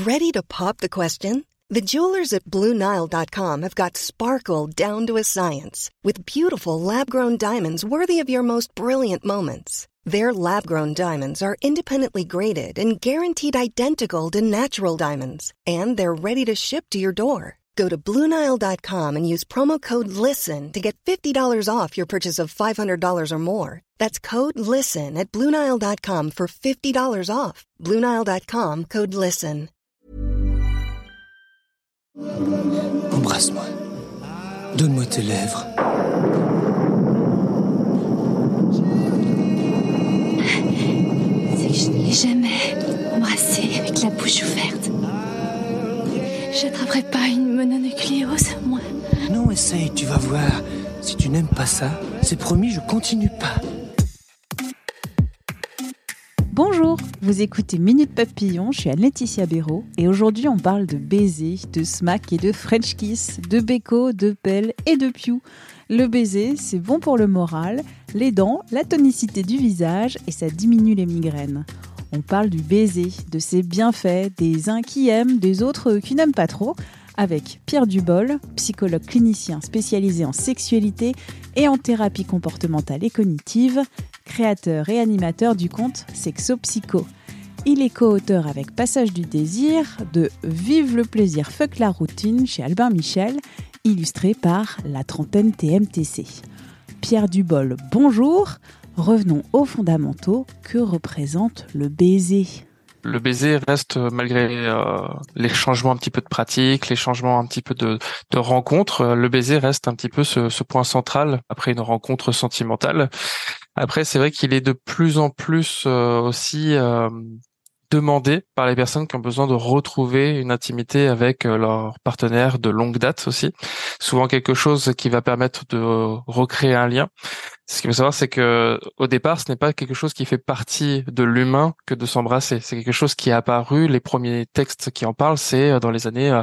Ready to pop the question? The jewelers at BlueNile.com have got sparkle down to a science with beautiful lab-grown diamonds worthy of your most brilliant moments. Their lab-grown diamonds are independently graded and guaranteed identical to natural diamonds, and they're ready to ship to your door. Go to BlueNile.com and use promo code LISTEN to get $50 off your purchase of $500 or more. That's code LISTEN at BlueNile.com for $50 off. BlueNile.com, code LISTEN. Embrasse-moi. Donne-moi tes lèvres. C'est que je ne l'ai jamais embrassé avec la bouche ouverte. J'attraperai pas une mononucléose, moi. Non, essaye, tu vas voir. Si tu n'aimes pas ça, c'est promis, je continue pas. Bonjour, vous écoutez Minute Papillon, je suis Anne-Laetitia Béraud et aujourd'hui on parle de baiser, de smack et de French kiss, de béco, de pelle et de piou. Le baiser, c'est bon pour le moral, les dents, la tonicité du visage et ça diminue les migraines. On parle du baiser, de ses bienfaits, des uns qui aiment, des autres qui n'aiment pas trop, avec Pierre Dubol, psychologue clinicien spécialisé en sexualité et en thérapie comportementale et cognitive, créateur et animateur du compte Sexo-Psycho. Il est co-auteur avec Passage du désir de Vive le plaisir, fuck la routine chez Albin Michel, illustré par la trentaine TMTC. Pierre Dubol, bonjour. Revenons aux fondamentaux. Que représente le baiser ? Le baiser reste, malgré les changements un petit peu de pratique, les changements un petit peu de rencontres, le baiser reste un petit peu ce point central après une rencontre sentimentale. Après, c'est vrai qu'il est de plus en plus aussi demandé par les personnes qui ont besoin de retrouver une intimité avec leur partenaire de longue date aussi. Souvent quelque chose qui va permettre de recréer un lien. Ce qu'il faut savoir, c'est que au départ, ce n'est pas quelque chose qui fait partie de l'humain que de s'embrasser. C'est quelque chose qui est apparu. Les premiers textes qui en parlent, c'est dans les années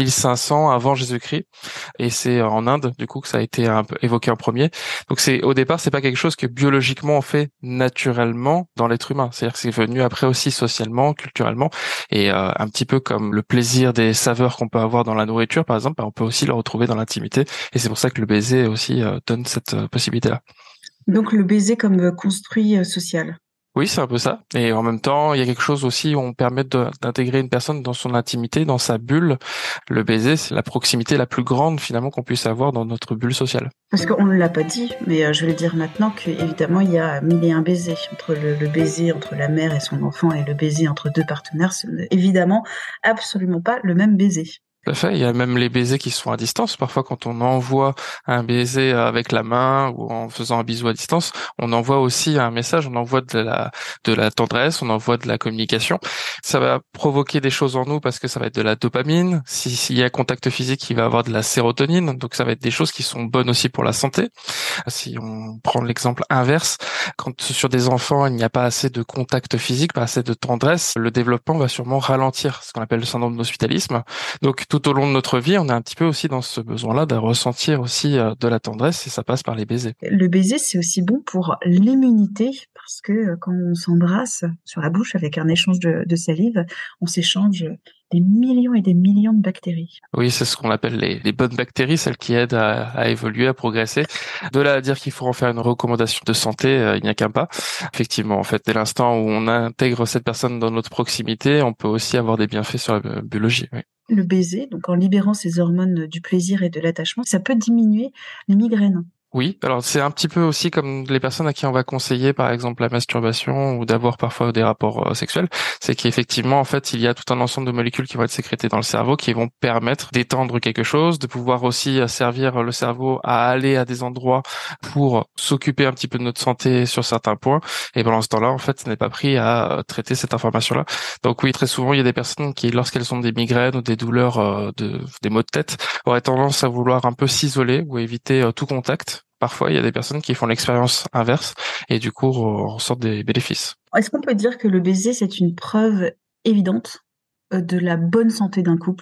1500 avant Jésus-Christ, et c'est en Inde du coup que ça a été un peu évoqué en premier. Donc c'est au départ, c'est pas quelque chose que biologiquement on fait naturellement dans l'être humain. C'est-à-dire que c'est venu après aussi socialement, culturellement, et un petit peu comme le plaisir des saveurs qu'on peut avoir dans la nourriture, par exemple, on peut aussi le retrouver dans l'intimité. Et c'est pour ça que le baiser aussi donne cette possibilité-là. Donc le baiser comme construit social. Oui, c'est un peu ça. Et en même temps, il y a quelque chose aussi où on permet d'intégrer une personne dans son intimité, dans sa bulle. Le baiser, c'est la proximité la plus grande finalement qu'on puisse avoir dans notre bulle sociale. Parce qu'on ne l'a pas dit, mais je vais le dire maintenant qu'évidemment il y a mille et un baisers. Entre le baiser entre la mère et son enfant et le baiser entre deux partenaires, ce n'est évidemment absolument pas le même baiser. Tout à fait. Il y a même les baisers qui sont à distance. Parfois, quand on envoie un baiser avec la main ou en faisant un bisou à distance, on envoie aussi un message, on envoie de la tendresse, on envoie de la communication. Ça va provoquer des choses en nous parce que ça va être de la dopamine. S'il y a contact physique, il va y avoir de la sérotonine. Donc, ça va être des choses qui sont bonnes aussi pour la santé. Si on prend l'exemple inverse, quand sur des enfants, il n'y a pas assez de contact physique, pas assez de tendresse, le développement va sûrement ralentir, ce qu'on appelle le syndrome d'hospitalisme. Donc, tout au long de notre vie, on est un petit peu aussi dans ce besoin-là de ressentir aussi de la tendresse et ça passe par les baisers. Le baiser, c'est aussi bon pour l'immunité parce que quand on s'embrasse sur la bouche avec un échange de salive, on s'échange des millions et des millions de bactéries. Oui, c'est ce qu'on appelle les bonnes bactéries, celles qui aident à évoluer, à progresser. De là à dire qu'il faut en faire une recommandation de santé, il n'y a qu'un pas. Effectivement, en fait, dès l'instant où on intègre cette personne dans notre proximité, on peut aussi avoir des bienfaits sur la biologie. Oui. Le baiser, donc en libérant ces hormones du plaisir et de l'attachement, ça peut diminuer les migraines. Oui, alors c'est un petit peu aussi comme les personnes à qui on va conseiller par exemple la masturbation ou d'avoir parfois des rapports sexuels, c'est qu'effectivement en fait il y a tout un ensemble de molécules qui vont être sécrétées dans le cerveau qui vont permettre d'étendre quelque chose, de pouvoir aussi servir le cerveau à aller à des endroits pour s'occuper un petit peu de notre santé sur certains points, et pendant ce temps-là en fait ce n'est pas pris à traiter cette information-là. Donc oui, très souvent il y a des personnes qui lorsqu'elles ont des migraines ou des douleurs des maux de tête auraient tendance à vouloir un peu s'isoler ou éviter tout contact. Parfois, il y a des personnes qui font l'expérience inverse et du coup ressortent des bénéfices. Est-ce qu'on peut dire que le baiser, c'est une preuve évidente de la bonne santé d'un couple ?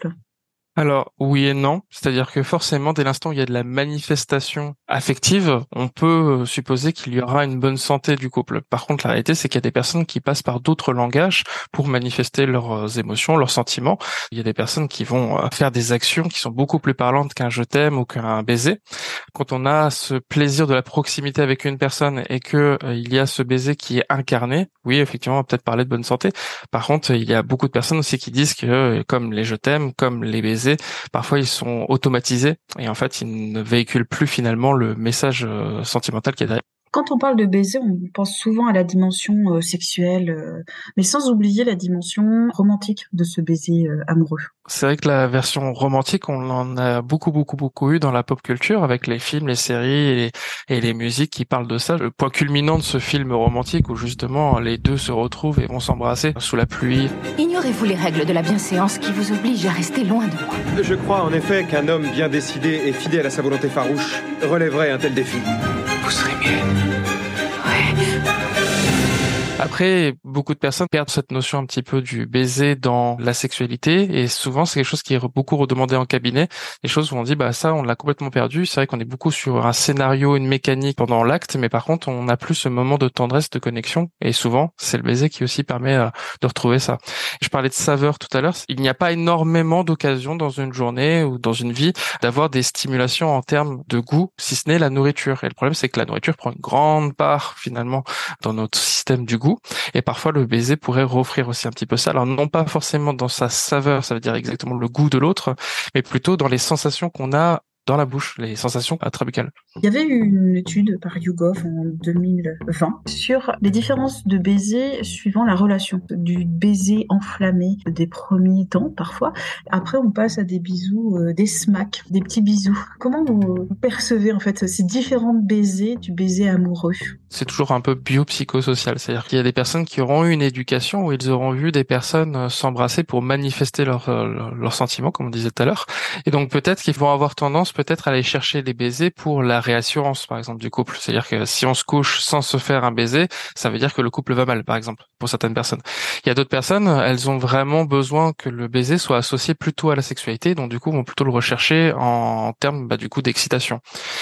Alors oui et non, c'est-à-dire que forcément dès l'instant où il y a de la manifestation affective, on peut supposer qu'il y aura une bonne santé du couple. Par contre, la réalité c'est qu'il y a des personnes qui passent par d'autres langages pour manifester leurs émotions, leurs sentiments. Il y a des personnes qui vont faire des actions qui sont beaucoup plus parlantes qu'un je t'aime ou qu'un baiser. Quand on a ce plaisir de la proximité avec une personne et que il y a ce baiser qui est incarné, oui effectivement on va peut-être parler de bonne santé. Par contre, il y a beaucoup de personnes aussi qui disent que comme les je t'aime, comme les baisers, parfois ils sont automatisés et en fait ils ne véhiculent plus finalement le message sentimental qui est derrière. Quand on parle de baiser, on pense souvent à la dimension sexuelle, mais sans oublier la dimension romantique de ce baiser amoureux. C'est vrai que la version romantique, on en a beaucoup eu dans la pop culture avec les films, les séries et les musiques qui parlent de ça. Le point culminant de ce film romantique où justement les deux se retrouvent et vont s'embrasser sous la pluie. Ignorez-vous les règles de la bienséance qui vous obligent à rester loin de moi? Je crois en effet qu'un homme bien décidé et fidèle à sa volonté farouche relèverait un tel défi. Vous serez mienne. Après, beaucoup de personnes perdent cette notion un petit peu du baiser dans la sexualité et souvent c'est quelque chose qui est beaucoup redemandé en cabinet. Des choses où on dit bah ça on l'a complètement perdu. C'est vrai qu'on est beaucoup sur un scénario, une mécanique pendant l'acte, mais par contre on n'a plus ce moment de tendresse, de connexion et souvent c'est le baiser qui aussi permet de retrouver ça. Je parlais de saveur tout à l'heure. Il n'y a pas énormément d'occasions dans une journée ou dans une vie d'avoir des stimulations en termes de goût, si ce n'est la nourriture. Et le problème c'est que la nourriture prend une grande part finalement dans notre système du goût. Et parfois, le baiser pourrait offrir aussi un petit peu ça. Alors, non pas forcément dans sa saveur, ça veut dire exactement le goût de l'autre, mais plutôt dans les sensations qu'on a dans la bouche, les sensations intrabuccales. Il y avait eu une étude par YouGov en 2020 sur les différences de baiser suivant la relation. Du baiser enflammé des premiers temps, parfois. Après, on passe à des bisous, des smacks, des petits bisous. Comment vous percevez, en fait, ces différents baisers du baiser amoureux? C'est toujours un peu biopsychosocial. C'est-à-dire qu'il y a des personnes qui auront eu une éducation où ils auront vu des personnes s'embrasser pour manifester leurs sentiments, comme on disait tout à l'heure. Et donc, peut-être qu'ils vont avoir tendance peut-être à aller chercher les baisers pour la réassurance, par exemple, du couple. C'est-à-dire que si on se couche sans se faire un baiser, ça veut dire que le couple va mal, par exemple, pour certaines personnes. Il y a d'autres personnes, elles ont vraiment besoin que le baiser soit associé plutôt à la sexualité, donc du coup, vont plutôt le rechercher en termes, du coup, d'excitation.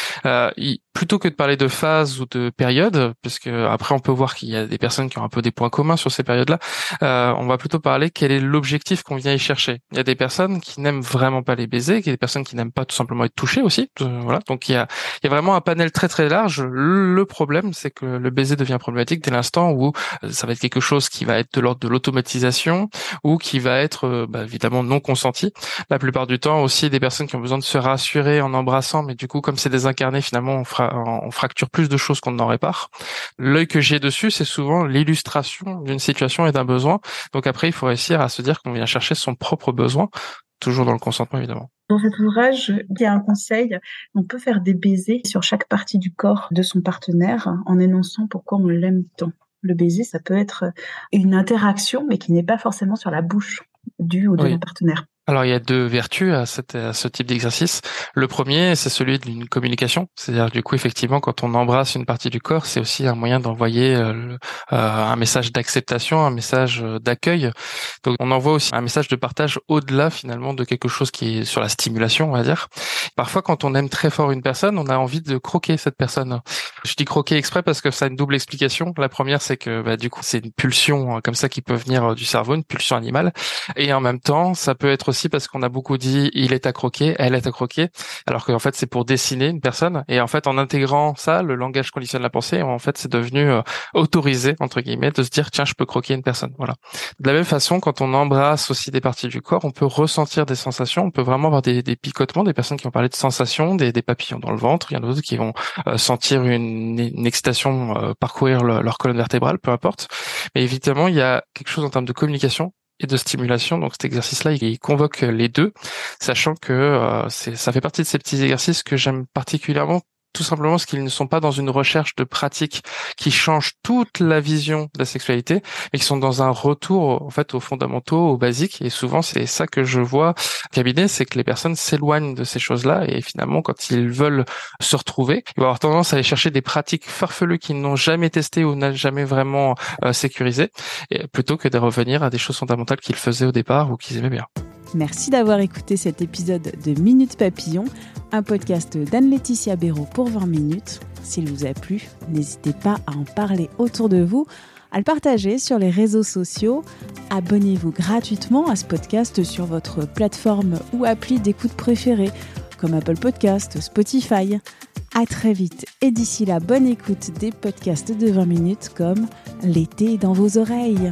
Plutôt que de parler de phase ou de période, parce que après on peut voir qu'il y a des personnes qui ont un peu des points communs sur ces périodes-là, on va plutôt parler quel est l'objectif qu'on vient y chercher. Il y a des personnes qui n'aiment vraiment pas les baisers, il y a des personnes qui n'aiment pas tout simplement être touchées aussi. Voilà, donc il y a vraiment un panel très très large. Le problème, c'est que le baiser devient problématique dès l'instant où ça va être quelque chose qui va être de l'ordre de l'automatisation ou qui va être évidemment non consenti. La plupart du temps aussi des personnes qui ont besoin de se rassurer en embrassant, mais du coup comme c'est désincarné, finalement on fracture plus de choses qu'on n'en répare. L'œil que j'ai dessus, c'est souvent l'illustration d'une situation et d'un besoin. Donc après, il faut réussir à se dire qu'on vient chercher son propre besoin, toujours dans le consentement évidemment. Dans cet ouvrage, il y a un conseil. On peut faire des baisers sur chaque partie du corps de son partenaire en énonçant pourquoi on l'aime tant. Le baiser, ça peut être une interaction, mais qui n'est pas forcément sur la bouche du ou de mon partenaire. Alors il y a deux vertus à ce type d'exercice. Le premier, c'est celui d'une communication, c'est-à-dire du coup effectivement quand on embrasse une partie du corps, c'est aussi un moyen d'envoyer un message d'acceptation, un message d'accueil. Donc on envoie aussi un message de partage au-delà finalement de quelque chose qui est sur la stimulation, on va dire. Parfois quand on aime très fort une personne, on a envie de croquer cette personne. Je dis croquer exprès parce que ça a une double explication. La première, c'est que du coup c'est une pulsion comme ça qui peut venir du cerveau, une pulsion animale, et en même temps ça peut être aussi parce qu'on a beaucoup dit il est à croquer, elle est à croquer, alors qu'en fait c'est pour dessiner une personne, et en fait en intégrant ça, le langage conditionne la pensée, en fait c'est devenu autorisé entre guillemets de se dire tiens je peux croquer une personne. Voilà. De la même façon, quand on embrasse aussi des parties du corps, on peut ressentir des sensations, on peut vraiment avoir des picotements, des personnes qui ont parlé de sensations, des papillons dans le ventre, il y en a d'autres qui vont sentir une excitation parcourir leur colonne vertébrale, peu importe. Mais évidemment il y a quelque chose en termes de communication et de stimulation. Donc cet exercice-là, il convoque les deux, sachant que ça fait partie de ces petits exercices que j'aime particulièrement, tout simplement parce qu'ils ne sont pas dans une recherche de pratique qui change toute la vision de la sexualité, mais qui sont dans un retour en fait aux fondamentaux, aux basiques. Et souvent, c'est ça que je vois au cabinet, c'est que les personnes s'éloignent de ces choses-là et finalement, quand ils veulent se retrouver, ils vont avoir tendance à aller chercher des pratiques farfelues qu'ils n'ont jamais testées ou n'ont jamais vraiment sécurisées, et plutôt que de revenir à des choses fondamentales qu'ils faisaient au départ ou qu'ils aimaient bien. Merci d'avoir écouté cet épisode de Minute Papillon, un podcast d'Anne-Laetitia Béraud pour 20 minutes. S'il vous a plu, n'hésitez pas à en parler autour de vous, à le partager sur les réseaux sociaux. Abonnez-vous gratuitement à ce podcast sur votre plateforme ou appli d'écoute préférée, comme Apple Podcast, Spotify. À très vite et d'ici là, bonne écoute des podcasts de 20 minutes comme L'été dans vos oreilles.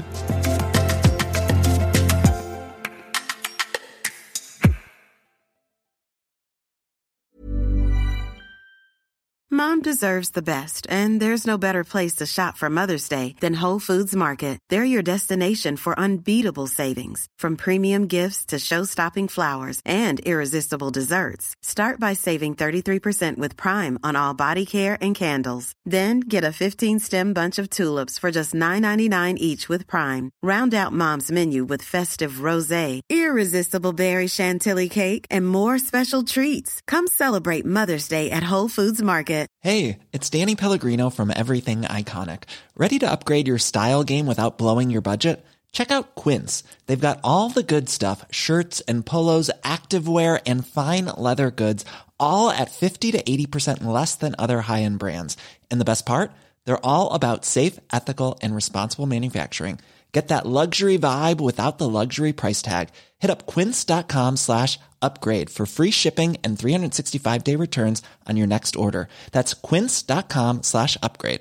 Mom deserves the best, and there's no better place to shop for Mother's Day than Whole Foods Market. They're your destination for unbeatable savings, from premium gifts to show-stopping flowers and irresistible desserts. Start by saving 33% with Prime on all body care and candles. Then get a 15-stem bunch of tulips for just $9.99 each with Prime. Round out Mom's menu with festive rosé, irresistible berry chantilly cake, and more special treats. Come celebrate Mother's Day at Whole Foods Market. Hey, it's Danny Pellegrino from Everything Iconic. Ready to upgrade your style game without blowing your budget? Check out Quince. They've got all the good stuff, shirts and polos, activewear, and fine leather goods, all at 50 to 80% less than other high-end brands. And the best part? They're all about safe, ethical, and responsible manufacturing. Get that luxury vibe without the luxury price tag. Hit up quince.com/upgrade for free shipping and 365-day returns on your next order. That's quince.com/upgrade.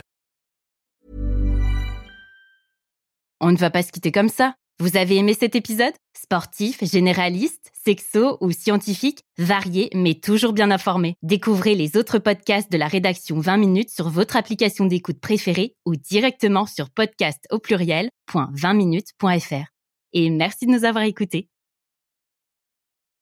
On ne va pas se quitter comme ça. Vous avez aimé cet épisode ? Sportif, généraliste, sexo ou scientifique, varié mais toujours bien informé. Découvrez les autres podcasts de la rédaction 20 minutes sur votre application d'écoute préférée ou directement sur podcast@20minutes.fr. Et merci de nous avoir écoutés.